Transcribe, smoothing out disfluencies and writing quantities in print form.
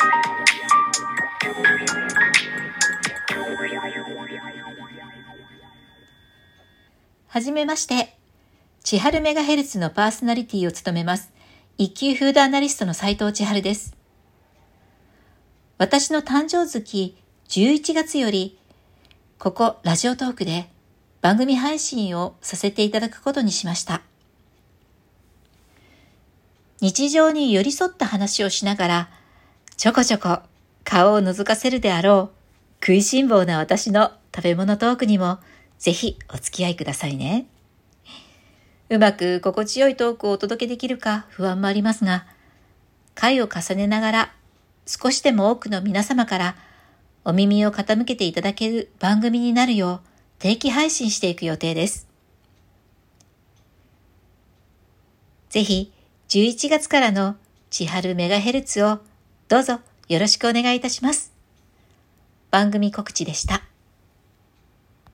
はじめまして。千春メガヘルツのパーソナリティを務めます。一級フードアナリストの斉藤千春です。私の誕生月11月より、ここラジオトークで番組配信をさせていただくことにしました。日常に寄り添った話をしながら、ちょこちょこ顔を覗かせるであろう食いしん坊な私の食べ物トークにもぜひお付き合いくださいね。うまく心地よいトークをお届けできるか不安もありますが、回を重ねながら少しでも多くの皆様からお耳を傾けていただける番組になるよう定期配信していく予定です。ぜひ11月からの千春メガヘルツをどうぞよろしくお願いいたします。番組告知でした。